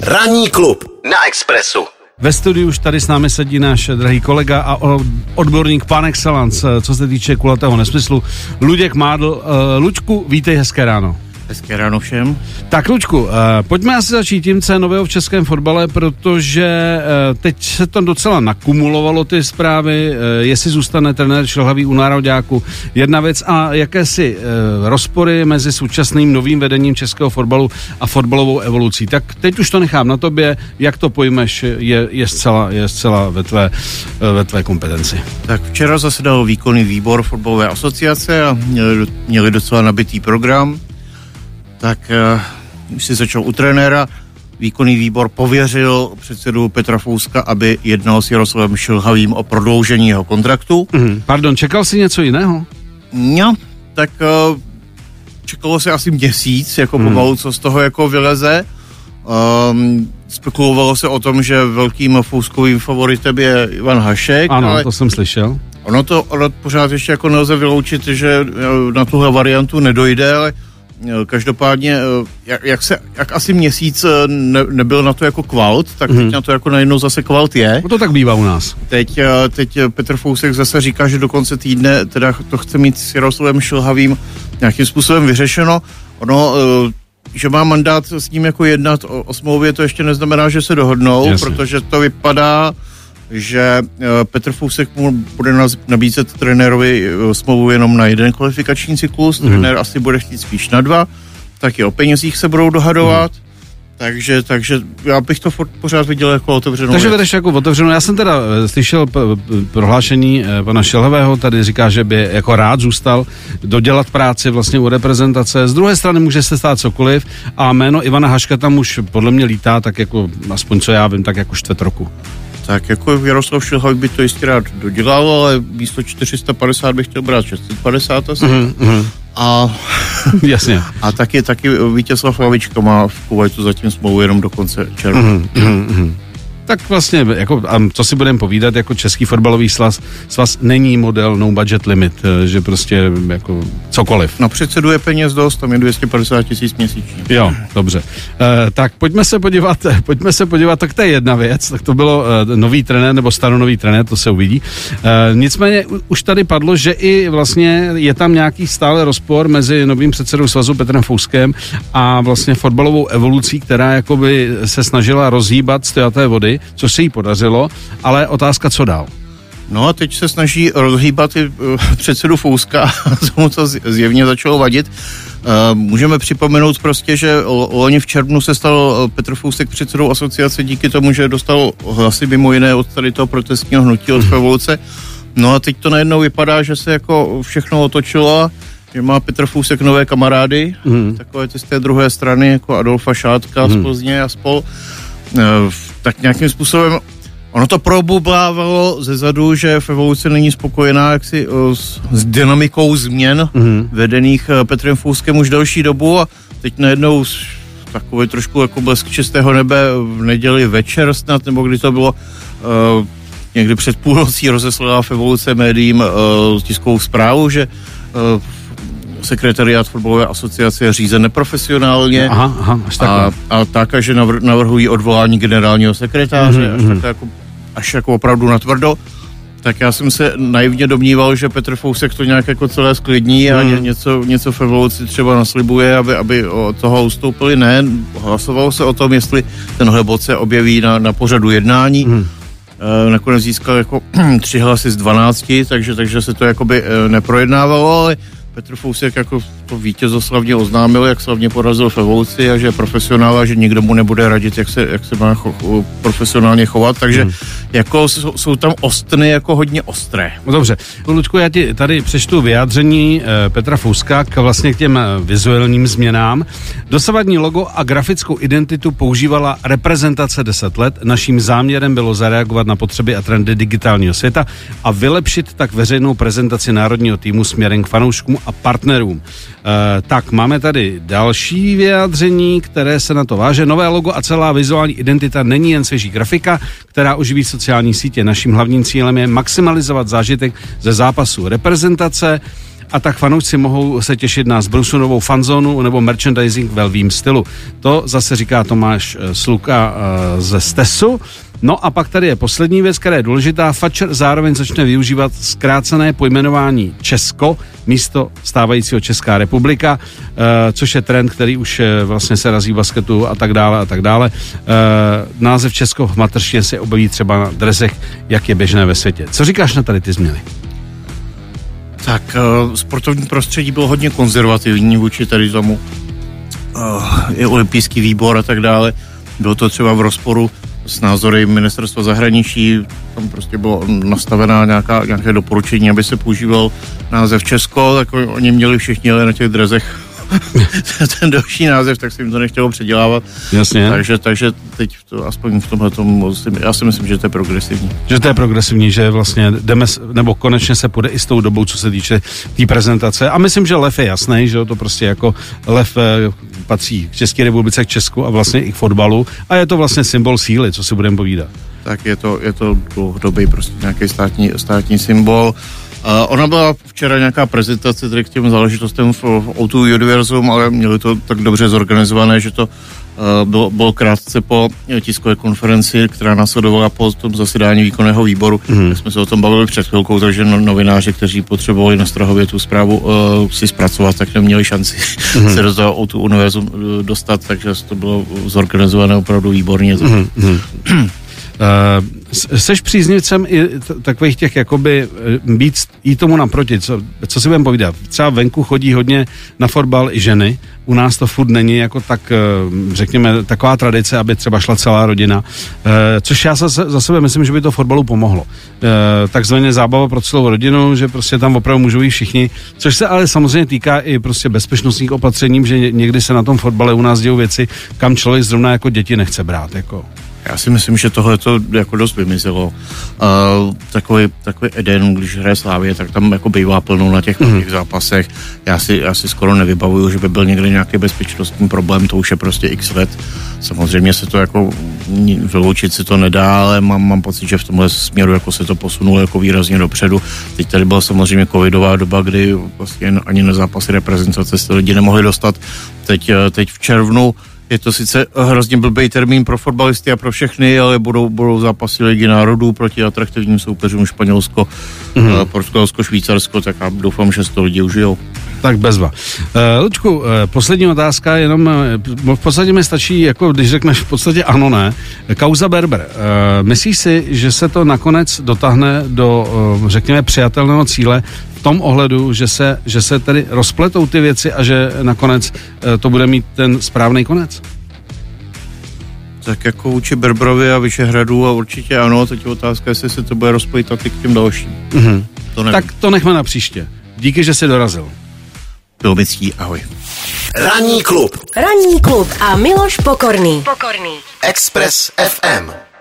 Ranní klub na Expressu. Ve studiu už tady s námi sedí náš drahý kolega a odborník par excellence, co se týče kulatého nesmyslu, Luděk Mádl. Luďku, vítej, hezké ráno. Hezké ráno všem. Tak Luďku, pojďme asi začít tím, co je nového v českém fotbale, protože teď se to docela nakumulovalo ty zprávy, jestli zůstane trenér šilhavý u nároďáku. Jedna věc a jakési rozpory mezi současným novým vedením českého fotbalu a fotbalovou evolucí. Tak teď už to nechám na tobě, jak to pojmeš, je zcela ve tvé kompetenci. Tak včera zasedal výkonný výbor fotbalové asociace a měli docela nabitý program. Tak už si začal u trenéra. Výkonný výbor pověřil předsedu Petra Fouska, aby jednal s Jaroslavem Šilhavým o prodloužení jeho kontraktu. Pardon, čekal jsi něco jiného? No, tak čekalo se asi měsíc, jako pomalu, co z toho jako vyleze. Spekulovalo se o tom, že velkým Fouskovým favoritem je Ivan Hašek. Ano, ale to jsem slyšel. Ono pořád ještě jako nelze vyloučit, že na tuhle variantu nedojde, ale každopádně, jak asi měsíc nebyl na to jako kvalt, tak teď na to jako najednou zase kvalt je. To tak bývá u nás. Teď Petr Fousek zase říká, že do konce týdne teda to chce mít s Jaroslavem Šilhavým nějakým způsobem vyřešeno. Ono, že má mandát s ním jako jednat o smlouvě, to ještě neznamená, že se dohodnou, jasně. Protože to vypadá, že Petr Fousek mu bude nabízet trenérovi smlouvu jenom na jeden kvalifikační cyklus, trenér asi bude chtít spíš na 2, taky o penězích se budou dohadovat, takže já bych to pořád viděl jako otevřenou. Takže vedeš jako otevřenou. Já jsem teda slyšel prohlášení pana Šilhavého, tady říká, že by jako rád zůstal dodělat práci vlastně u reprezentace. Z druhé strany může se stát cokoliv a jméno Ivana Haška tam už podle mě lítá, tak jako aspoň co já vím, tak jako čtvrt roku. Tak jako Jaroslav Šilhavý by to jistě rád dodělal, ale místo 450 bych chtěl brát 650 asi. A jasně. A taky Vítězslav Lavička má v Kuvajtu zatím smlouvu jenom do konce června. Tak vlastně, jako, co si budeme povídat, jako Český fotbalový svaz není model no budget limit, že prostě jako cokoliv. Na předsedu je peněz dost, tam je 250 000 měsíčně. Jo, dobře. Tak pojďme se podívat, tak to je jedna věc, tak to bylo nový trenér nebo staronový trenér, to se uvidí. Nicméně už tady padlo, že i vlastně je tam nějaký stále rozpor mezi novým předsedou svazu Petrem Fouskem a vlastně fotbalovou evolucí, která jakoby se snažila rozhýbat stojaté vody, co se jí podařilo, ale otázka, co dál? No a teď se snaží rozhýbat i předsedu Fouska a tomu to zjevně začalo vadit. Můžeme připomenout prostě, že loni v červnu se stal Petr Fousek předsedou asociace díky tomu, že dostal hlasy mimo jiné od tady toho protestního hnutí od revoluce. No a teď to najednou vypadá, že se jako všechno otočilo, že má Petr Fousek nové kamarády, takové ty z té druhé strany, jako Adolfa Šátka z Plzně a spol. Tak nějakým způsobem ono to probublávalo zezadu, že v evoluci není spokojená jaksi s dynamikou změn vedených Petrem Fouskem už delší dobu a teď najednou takový trošku jako blesk čistého nebe v neděli večer snad, nebo kdy to bylo někdy před půlnocí rozeslala v evoluce médiím tiskovou zprávu, že sekretariát fotbalové asociace je řízen neprofesionálně a tak, že navrhují odvolání generálního sekretáře až jako opravdu natvrdo. Tak já jsem se naivně domníval, že Petr Fousek to nějak jako celé sklidní a něco v evoluci třeba naslibuje, aby od toho ustoupili. Ne, hlasovalo se o tom, jestli tenhle bod se objeví na pořadu jednání. Nakonec získal jako 3 hlasy z 12, takže se to jakoby neprojednávalo, ale Petr Fousek jako to vítězo slavně oznámil, jak slavně porazil v evoluci a že je profesionál a že nikdo mu nebude radit, jak se má profesionálně chovat, takže jako jsou tam ostny jako hodně ostré. No dobře, Luďku, já ti tady přečtu vyjádření Petra Fouska k těm vizuálním změnám. Dosavadní logo a grafickou identitu používala reprezentace 10 let. Naším záměrem bylo zareagovat na potřeby a trendy digitálního světa a vylepšit tak veřejnou prezentaci národního týmu směrem k fanouškům a partnerům. Tak, máme tady další vyjádření, které se na to váže. Nové logo a celá vizuální identita není jen svěží grafika, která oživí sociální sítě. Naším hlavním cílem je maximalizovat zážitek ze zápasu reprezentace a tak fanoušci mohou se těšit na zbrusunovou fanzónu nebo merchandising ve lvým stylu. To zase říká Tomáš Sluka ze Stesu. No a pak tady je poslední věc, která je důležitá. Fatcher zároveň začne využívat zkrácené pojmenování Česko místo stávajícího Česká republika, což je trend, který už vlastně se razí v basketu a tak dále a tak dále. Název Česko v mateřštině se objeví třeba na dresech, jak je běžné ve světě. Co říkáš na tady ty změny? Tak sportovní prostředí bylo hodně konzervativní vůči tady tomu. Je olympijský výbor a tak dále. Bylo to třeba v rozporu s názory ministerstva zahraničí, tam prostě bylo nastavená nějaké doporučení, aby se používal název Česko, tak oni měli všichni na těch drezech ten další název, tak se jim to nechtělo předělávat. Jasně. Takže teď to, aspoň v tomhletom, já si myslím, že to je progresivní. Že to je progresivní, že vlastně jdeme, nebo konečně se půjde i s tou dobou, co se týče té prezentace. A myslím, že lev je jasný, že to prostě jako lev patří k České republice, k Česku a vlastně i k fotbalu. A je to vlastně symbol síly, co si budeme povídat. Tak je to dlouhodobý prostě nějaký státní symbol. Ona byla včera nějaká prezentace tady k těm záležitostem v O2 Univerzum, ale měli to tak dobře zorganizované, že to bylo krátce po tiskové konferenci, která následovala po tom zasedání výkonného výboru. Tak jsme se o tom bavili před chvilkou, takže novináři, kteří potřebovali na Strahově tu zprávu si zpracovat, tak neměli šanci se do toho O2 Univerzum dostat, takže to bylo zorganizované opravdu výborně. Seš příznivcem i takových těch jakoby jít tomu naproti, co si budeme povídat. Třeba venku chodí hodně na fotbal i ženy, u nás to furt není jako tak, řekněme, taková tradice, aby třeba šla celá rodina, což já za sebe myslím, že by to fotbalu pomohlo. Takzvaně zábava pro celou rodinu, že prostě tam opravdu můžou jít všichni, což se ale samozřejmě týká i prostě bezpečnostních opatřením, že někdy se na tom fotbale u nás dějou věci, kam člověk zrovna jako děti nechce brát, jako. Já si myslím, že tohle to jako dost vymizelo. Takový Eden, když hraje Slávie, tak tam jako bývá plnou na těch zápasech. Já si skoro nevybavuju, že by byl někde nějaký bezpečnostní problém, to už je prostě x let. Samozřejmě se to jako vyloučit se to nedá, ale mám pocit, že v tomhle směru jako se to posunulo jako výrazně dopředu. Teď tady byla samozřejmě covidová doba, kdy vlastně ani na zápasy reprezentace se lidi nemohli dostat. Teď v červnu je to sice hrozně blbý termín pro fotbalisty a pro všechny, ale budou zápasy Ligy národů proti atraktivním soupeřům Španělsko, Portugalsko, Švýcarsko, tak já doufám, že 100 lidí užijou. Tak bezva. Luďku, poslední otázka, jenom v podstatě mi stačí, jako když řekneš v podstatě ano, ne. Kauza Berber. Myslíš si, že se to nakonec dotáhne do, řekněme, přijatelného cíle v tom ohledu, že se tedy rozpletou ty věci a že nakonec to bude mít ten správný konec? Tak jako vůči Berberovi a Vyšehradu a určitě ano, teď je otázka, jestli se to bude rozplýtat i k těm dalším. To tak to nechme na příště. Díky, že jsi dorazil. Bylo mi ctí, ahoj. Ranní klub a Miloš Pokorný. Express FM.